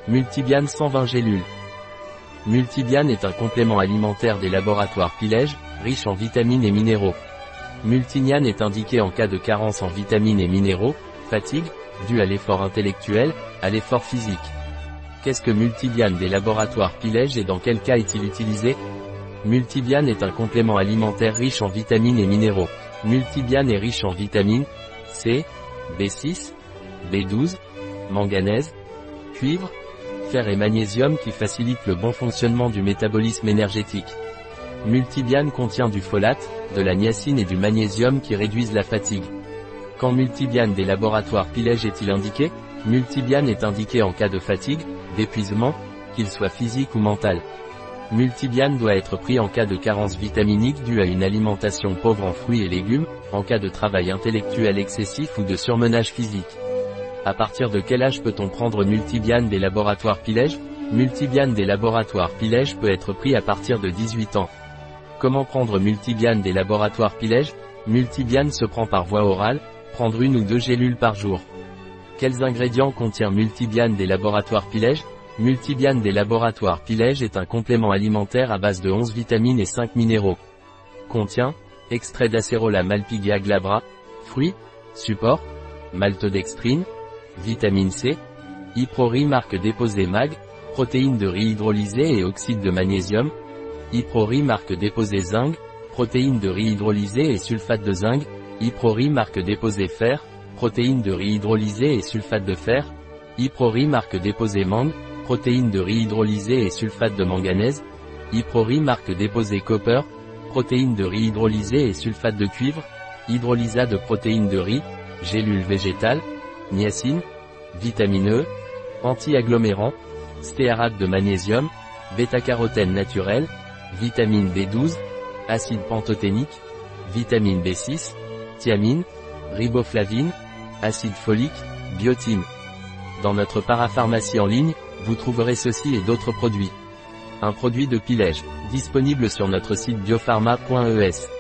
Multibiane 120 gélules. Multibiane est un complément alimentaire des laboratoires Pilège, riche en vitamines et minéraux. Multibiane est indiqué en cas de carence en vitamines et minéraux, fatigue, due à l'effort intellectuel, à l'effort physique. Qu'est-ce que Multibiane des laboratoires Pilège et dans quel cas est-il utilisé? Multibiane est un complément alimentaire riche en vitamines et minéraux. Multibiane est riche en vitamines C, B6, B12, manganèse, cuivre, fer et magnésium qui facilitent le bon fonctionnement du métabolisme énergétique. Multibiane contient du folate, de la niacine et du magnésium qui réduisent la fatigue. Quand Multibiane des laboratoires Pilège est-il indiqué? Multibiane est indiqué en cas de fatigue, d'épuisement, qu'il soit physique ou mental. Multibiane doit être pris en cas de carence vitaminique due à une alimentation pauvre en fruits et légumes, en cas de travail intellectuel excessif ou de surmenage physique. À partir de quel âge peut-on prendre Multibiane des laboratoires Pilège? Multibiane des laboratoires Pilège peut être pris à partir de 18 ans. Comment prendre Multibiane des laboratoires Pilège? Multibiane se prend par voie orale, prendre 1 ou 2 gélules par jour. Quels ingrédients contient Multibiane des laboratoires Pilège? Multibiane des laboratoires Pilège est un complément alimentaire à base de 11 vitamines et 5 minéraux. Contient extrait d'Acerola malpighiae glabra, fruits, support, maltodextrine, vitamine C, Iprori marque déposée mag, protéines de riz hydrolysées et oxyde de magnésium, Iprori marque déposée zinc, protéines de riz hydrolysées et sulfate de zinc, Iprori marque déposée fer, protéines de riz hydrolysées et sulfate de fer, Iprori marque déposée mangue, protéines de riz hydrolysées et sulfate de manganèse, Iprori marque déposée copper, protéines de riz hydrolysées et sulfate de cuivre, hydrolysa de protéines de riz, gélules végétales, niacine, vitamine E, anti-agglomérant, stéarate de magnésium, bêta-carotène naturel, vitamine B12, acide pantothénique, vitamine B6, thiamine, riboflavine, acide folique, biotine. Dans notre parapharmacie en ligne, vous trouverez ceci et d'autres produits. Un produit de Pilège, disponible sur notre site biopharma.es.